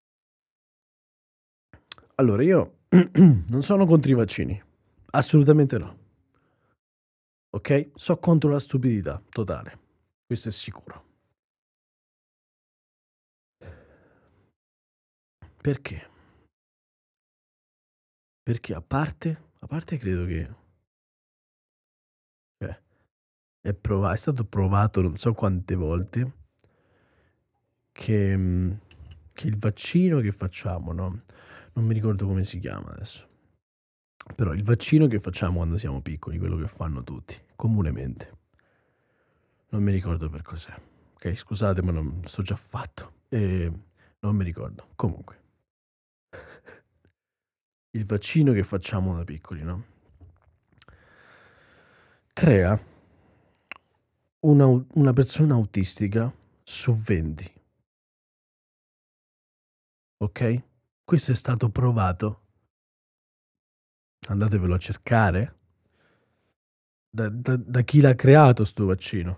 Allora, io non sono contro i vaccini. Assolutamente no. Ok? So contro la stupidità totale. Questo è sicuro. Perché? Perché a parte, a parte credo che cioè, è, prova- è stato provato non so quante volte che, mm, che il vaccino che facciamo, no? Non mi ricordo come si chiama adesso. Però il vaccino che facciamo quando siamo piccoli, quello che fanno tutti, comunemente. Non mi ricordo per cos'è. Ok, scusate, ma non sto già fatto. E non mi ricordo. Comunque. Il vaccino che facciamo da piccoli, no? Crea una, una persona autistica su venti, ok? Questo è stato provato, andatevelo a cercare, da, da- da chi l'ha creato sto vaccino.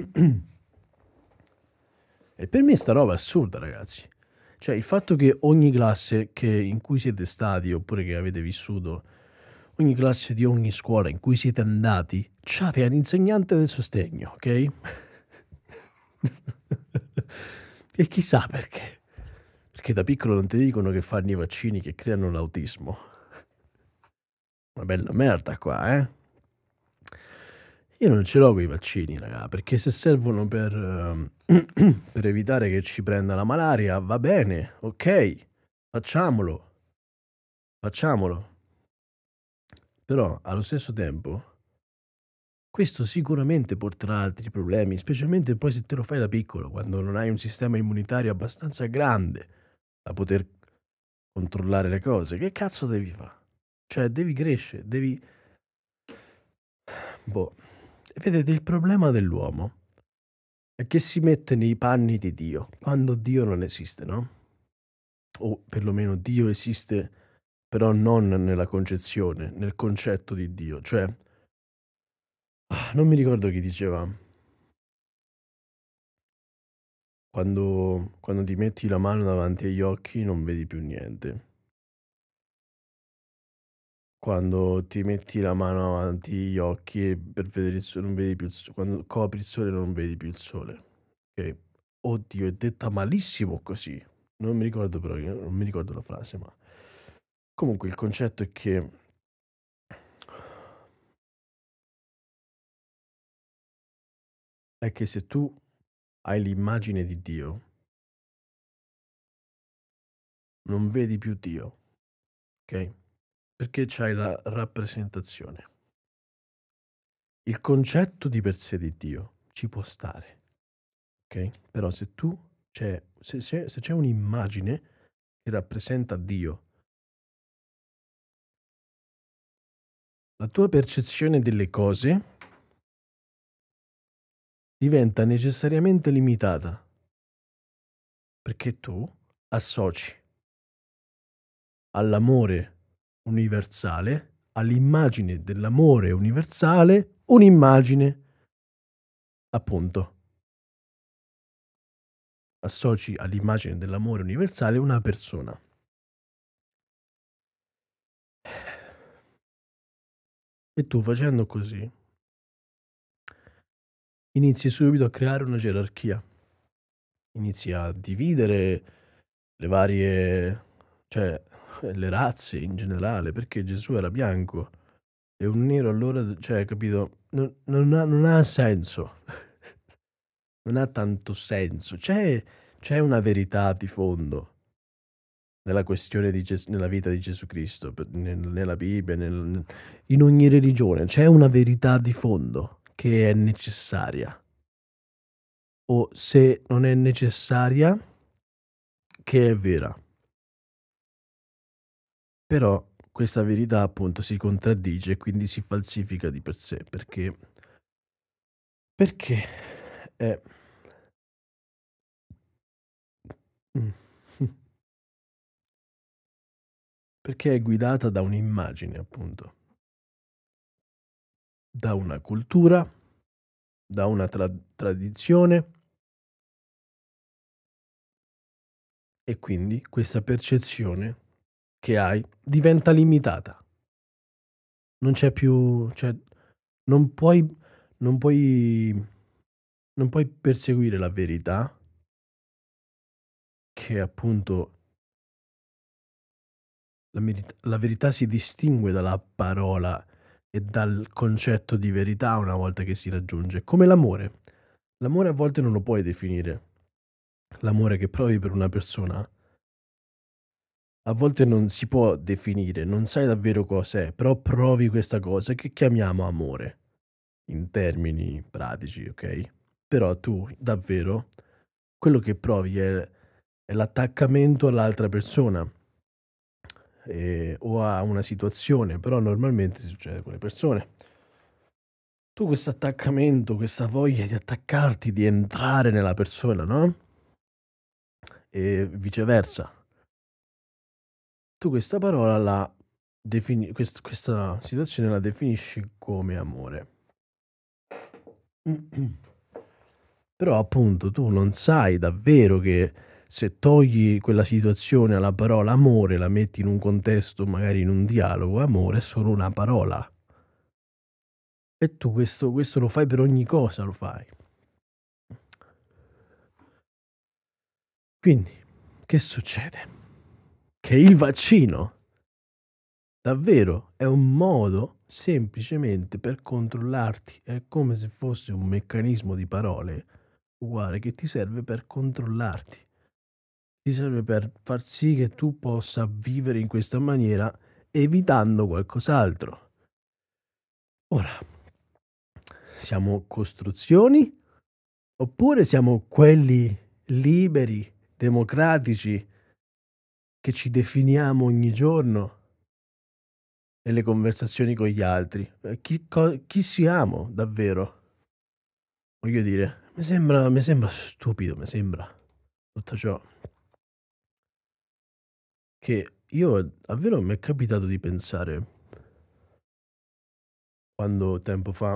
E per me sta roba è assurda, ragazzi. Cioè, il fatto che ogni classe che in cui siete stati, oppure che avete vissuto, ogni classe di ogni scuola in cui siete andati, c'aveva un insegnante del sostegno, ok? E chissà perché. Perché da piccolo non ti dicono che fanno i vaccini che creano l'autismo. Una bella merda qua, eh? Io non ce l'ho con i vaccini, raga, perché se servono per, ehm, per evitare che ci prenda la malaria, va bene, ok, facciamolo, facciamolo. Però allo stesso tempo, questo sicuramente porterà altri problemi, specialmente poi se te lo fai da piccolo, quando non hai un sistema immunitario abbastanza grande da poter controllare le cose. Che cazzo devi fare? Cioè, devi crescere, devi... Boh. E vedete, il problema dell'uomo è che si mette nei panni di Dio, quando Dio non esiste, no? O perlomeno Dio esiste, però non nella concezione, nel concetto di Dio. Cioè, ah, non mi ricordo chi diceva, quando, quando ti metti la mano davanti agli occhi non vedi più niente. Quando ti metti la mano davanti agli occhi e per vedere il sole non vedi più il sole. Quando copri il sole non vedi più il sole. Ok? Oddio, è detta malissimo così. Non mi ricordo però, io non mi ricordo la frase, ma comunque il concetto è che è che se tu hai l'immagine di Dio, non vedi più Dio, ok? Perché c'hai la rappresentazione. Il concetto di per sé di Dio ci può stare, ok? Però se tu c'è, se, se- se c'è un'immagine che rappresenta Dio, la tua percezione delle cose diventa necessariamente limitata, perché tu associ all'amore universale, all'immagine dell'amore universale, un'immagine, appunto, associ all'immagine dell'amore universale una persona. E tu facendo così inizi subito a creare una gerarchia, inizi a dividere le varie, cioè le razze in generale, perché Gesù era bianco e un nero allora, cioè, capito? Non, non ha, non ha senso, non ha tanto senso. C'è, c'è una verità di fondo nella questione di Ges- nella vita di Gesù Cristo, per- nel- nella Bibbia, nel- in ogni religione, c'è una verità di fondo che è necessaria. O se non è necessaria, che è vera. Però questa verità appunto si contraddice e quindi si falsifica di per sé, perché perché è mh, perché è guidata da un'immagine appunto, da una cultura, da una tra tradizione e quindi questa percezione che hai diventa limitata. Non c'è più, cioè non puoi non puoi non puoi perseguire la verità che appunto La, merit- la verità si distingue dalla parola e dal concetto di verità una volta che si raggiunge, come l'amore. L'amore a volte non lo puoi definire. L'amore che provi per una persona a volte non si può definire, non sai davvero cos'è, però provi questa cosa che chiamiamo amore, in termini pratici, ok? Però tu davvero quello che provi è, è l'attaccamento all'altra persona eh, o a una situazione, però normalmente succede con le persone. tu questo attaccamento, questa voglia di attaccarti, di entrare nella persona, no, e viceversa, tu questa parola la defini quest questa situazione la definisci come amore. Però appunto tu non sai davvero che se togli quella situazione alla parola amore, la metti in un contesto, magari in un dialogo, amore è solo una parola. E tu questo questo lo fai per ogni cosa, lo fai. Quindi, che succede? Che il vaccino davvero è un modo semplicemente per controllarti, è come se fosse un meccanismo di parole uguale che ti serve per controllarti. Ti serve per far sì che tu possa vivere in questa maniera evitando qualcos'altro. Ora, siamo costruzioni oppure siamo quelli liberi, democratici, che ci definiamo ogni giorno nelle conversazioni con gli altri? Eh, Chi, co- chi siamo davvero? Voglio dire, mi sembra, mi sembra stupido, mi sembra tutto ciò. Che io davvero mi è capitato di pensare quando tempo fa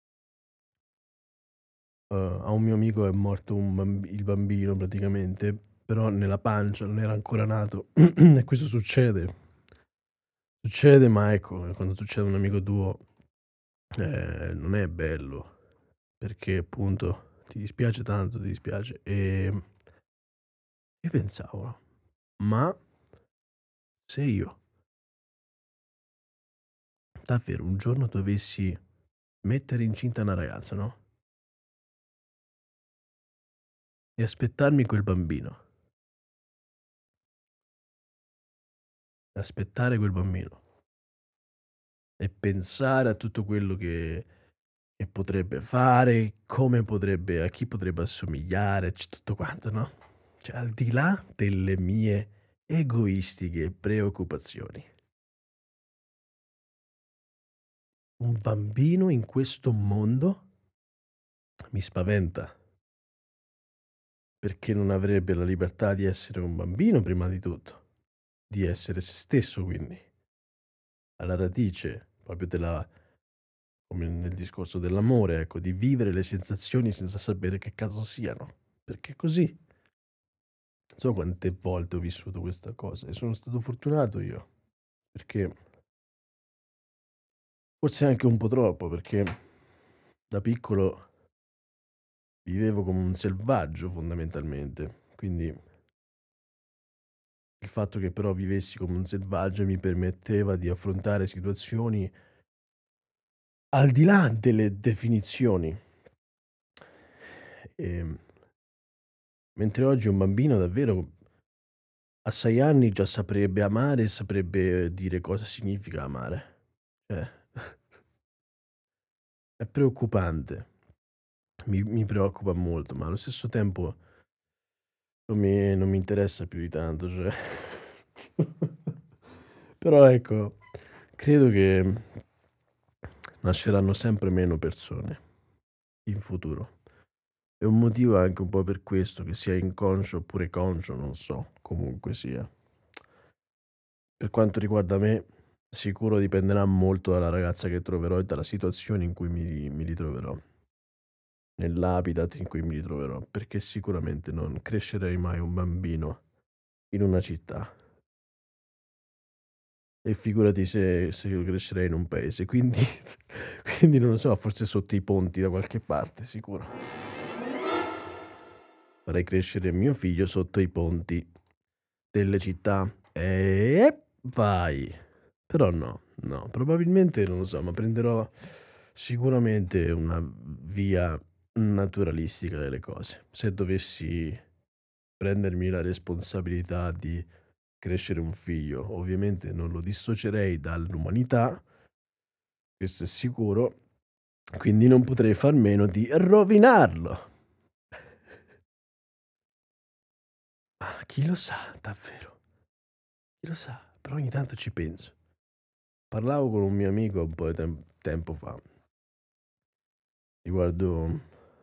Uhm, a un mio amico è morto un bamb il bambino praticamente, però nella pancia, non era ancora nato e questo succede. Succede, ma ecco, quando succede a un amico tuo, ehm, non è bello, perché appunto ti dispiace tanto, ti dispiace. Ehm, io pensavo: ma se io davvero un giorno dovessi mettere incinta una ragazza, no, e aspettarmi quel bambino, e aspettare quel bambino e pensare a tutto quello che Che potrebbe fare, come potrebbe a chi potrebbe assomigliare, c tutto quanto, no, cioè al di là delle mie egoistiche preoccupazioni, un bambino in questo mondo mi spaventa, perché non avrebbe la libertà di essere un bambino prima di tutto, di essere se stesso quindi, alla radice proprio della come nel discorso dell'amore, ecco, di vivere le sensazioni senza sapere che cazzo siano, perché è così. Non so quante volte ho vissuto questa cosa e sono stato fortunato io, perché forse anche un po' troppo, perché da piccolo vivevo come un selvaggio fondamentalmente. Quindi il fatto che però vivessi come un selvaggio mi permetteva di affrontare situazioni al di là delle definizioni. Ehm, Mentre oggi un bambino davvero a sei anni già saprebbe amare e saprebbe dire cosa significa amare. Cioè, è preoccupante. Mi mi preoccupa molto, ma allo stesso tempo non mi non mi interessa più di tanto, cioè però ecco, credo che nasceranno sempre meno persone in futuro. E un motivo è anche un po' per questo, che sia inconscio oppure conscio, non so, comunque sia. Per quanto riguarda me, sicuro dipenderà molto dalla ragazza che troverò e dalla situazione in cui mi mi ritroverò, nell'habitat in cui mi ritroverò, perché sicuramente non crescerei mai un bambino in una città. E figurati se se io crescerei in un paese, quindi quindi non lo so, forse sotto i ponti da qualche parte, sicuro. Farei crescere mio figlio sotto i ponti delle città. E vai. Però no, no, probabilmente non lo so, ma prenderò sicuramente una via naturalistica delle cose. Se dovessi prendermi la responsabilità di crescere un figlio, ovviamente non lo dissocierei dall'umanità, questo è sicuro, quindi non potrei far meno di rovinarlo. Ma chi lo sa davvero? Chi lo sa? Però ogni tanto ci penso. Parlavo con un mio amico un po' di tem- tempo fa riguardo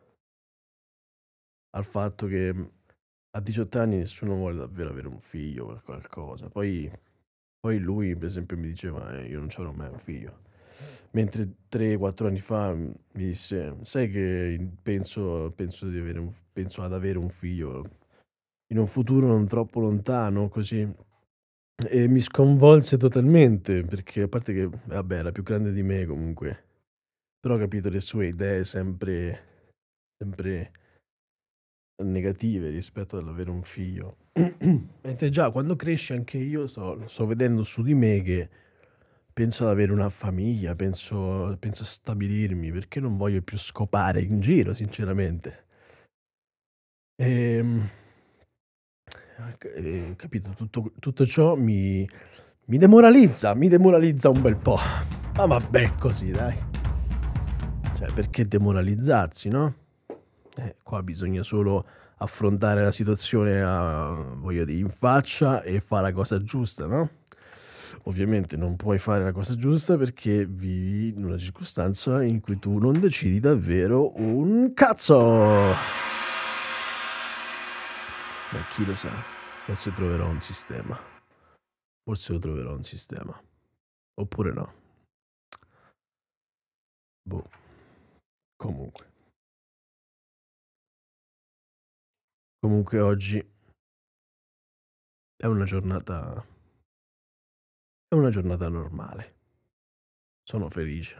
al fatto che a diciotto anni nessuno vuole davvero avere un figlio o qualcosa. Poi, poi lui, per esempio, mi diceva: "Eh, io non c'avrò mai un figlio". Mentre tre quattro anni fa mm, mi disse: "Sai che in- penso, penso di avere un, penso ad avere un figlio in un futuro non troppo lontano, così". E mi sconvolse totalmente, perché a parte che, vabbè, era più grande di me comunque, però ho capito le sue idee sempre, sempre negative rispetto all'avere un figlio. Mentre già quando cresci anche io sto, sto vedendo su di me che penso ad avere una famiglia, penso, penso a stabilirmi, perché non voglio più scopare in giro, sinceramente. Ehm, c- eh, capito, tutto, tutto ciò mi, mi demoralizza, mi demoralizza un bel po'. Ah, vabbè, così, dai. Cioè, perché demoralizzarsi, no? Eh, qua bisogna solo affrontare la situazione a, voglio dire, in faccia e fare la cosa giusta, no? Ovviamente non puoi fare la cosa giusta perché vivi in una circostanza in cui tu non decidi davvero un cazzo. Ma chi lo sa, forse troverò un sistema. Forse lo troverò un sistema. Oppure no. Boh. Comunque. Comunque oggi è una giornata. È una giornata normale. Sono felice.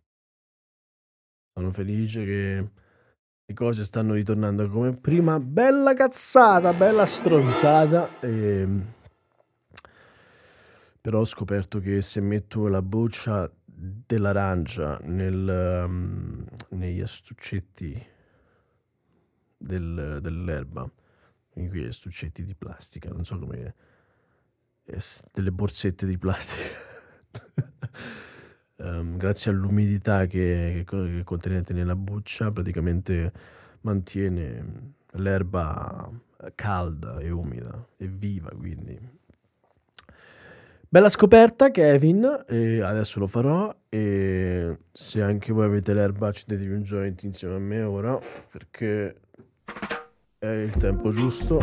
Sono felice che le cose stanno ritornando come prima. Bella cazzata, bella stronzata. ehm, Però ho scoperto che se metto la buccia dell'arancia nel, um, negli astuccetti del- dell'erba, quindi qui astuccetti di plastica, non so come, eh, s- delle borsette di plastica. Ehm, grazie all'umidità che, che co- che è contenente nella buccia, praticamente mantiene l'erba eh, calda e umida e viva, quindi bella scoperta, Kevin, e adesso lo farò. E se anche voi avete l'erba, accendetevi un joint insieme a me ora, perché è il tempo giusto.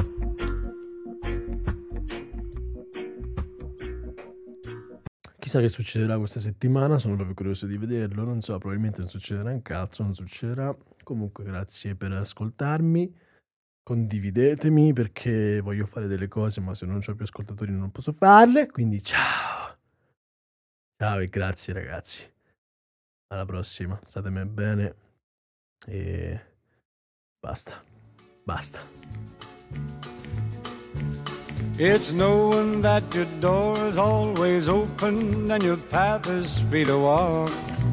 Chissà che succederà questa settimana, sono proprio curioso di vederlo. Non so, probabilmente non succederà un cazzo, non succederà. Comunque, grazie per ascoltarmi. Condividetemi perché voglio fare delle cose, ma se non ho più ascoltatori non posso farle. Quindi ciao. Ciao e grazie ragazzi. Alla prossima. Statemi bene e basta. Basta. It's knowing that your door is always open and your path is free to walk.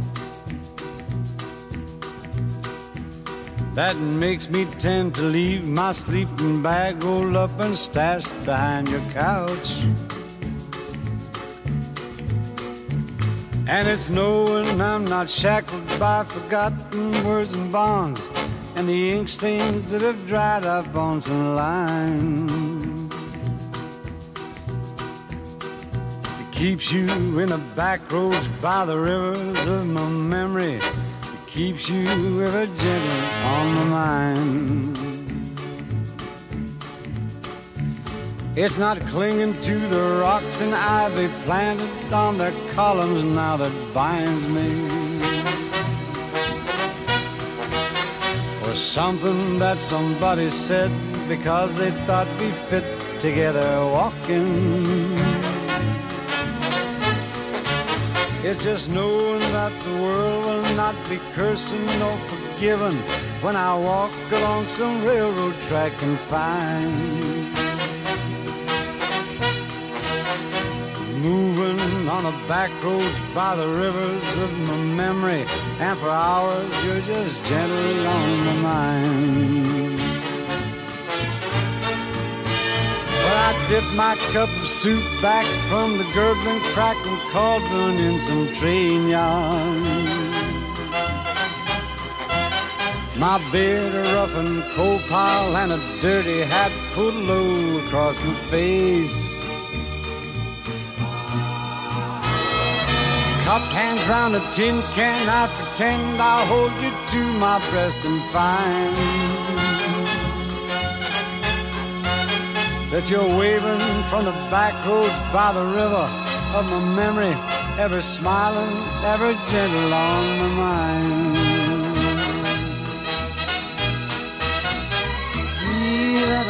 That makes me tend to leave my sleeping bag rolled up and stashed behind your couch. And it's knowing I'm not shackled by forgotten words and bonds and the ink stains that have dried up on some lines. It keeps you in the back roads by the rivers of my memory. It keeps you ever gentle on my mind. It's not clinging to the rocks and ivy planted on their columns now that binds me, or something that somebody said because they thought we fit together walking. It's just knowing that the world will not be cursing nor forgiving when I walk along some railroad track and find moving on the back roads by the rivers of my memory, and for hours you're just gentle on my mind. But I dip my cup of soup back from the gurgling, crackling cauldron in some train yard. My beard a rough and coal pile and a dirty hat pulled low across my face. Cupped hands round a tin can, I pretend I'll hold you to my breast and find that you're waving from the back roads by the river of my memory, ever smiling, ever gentle on my mind. That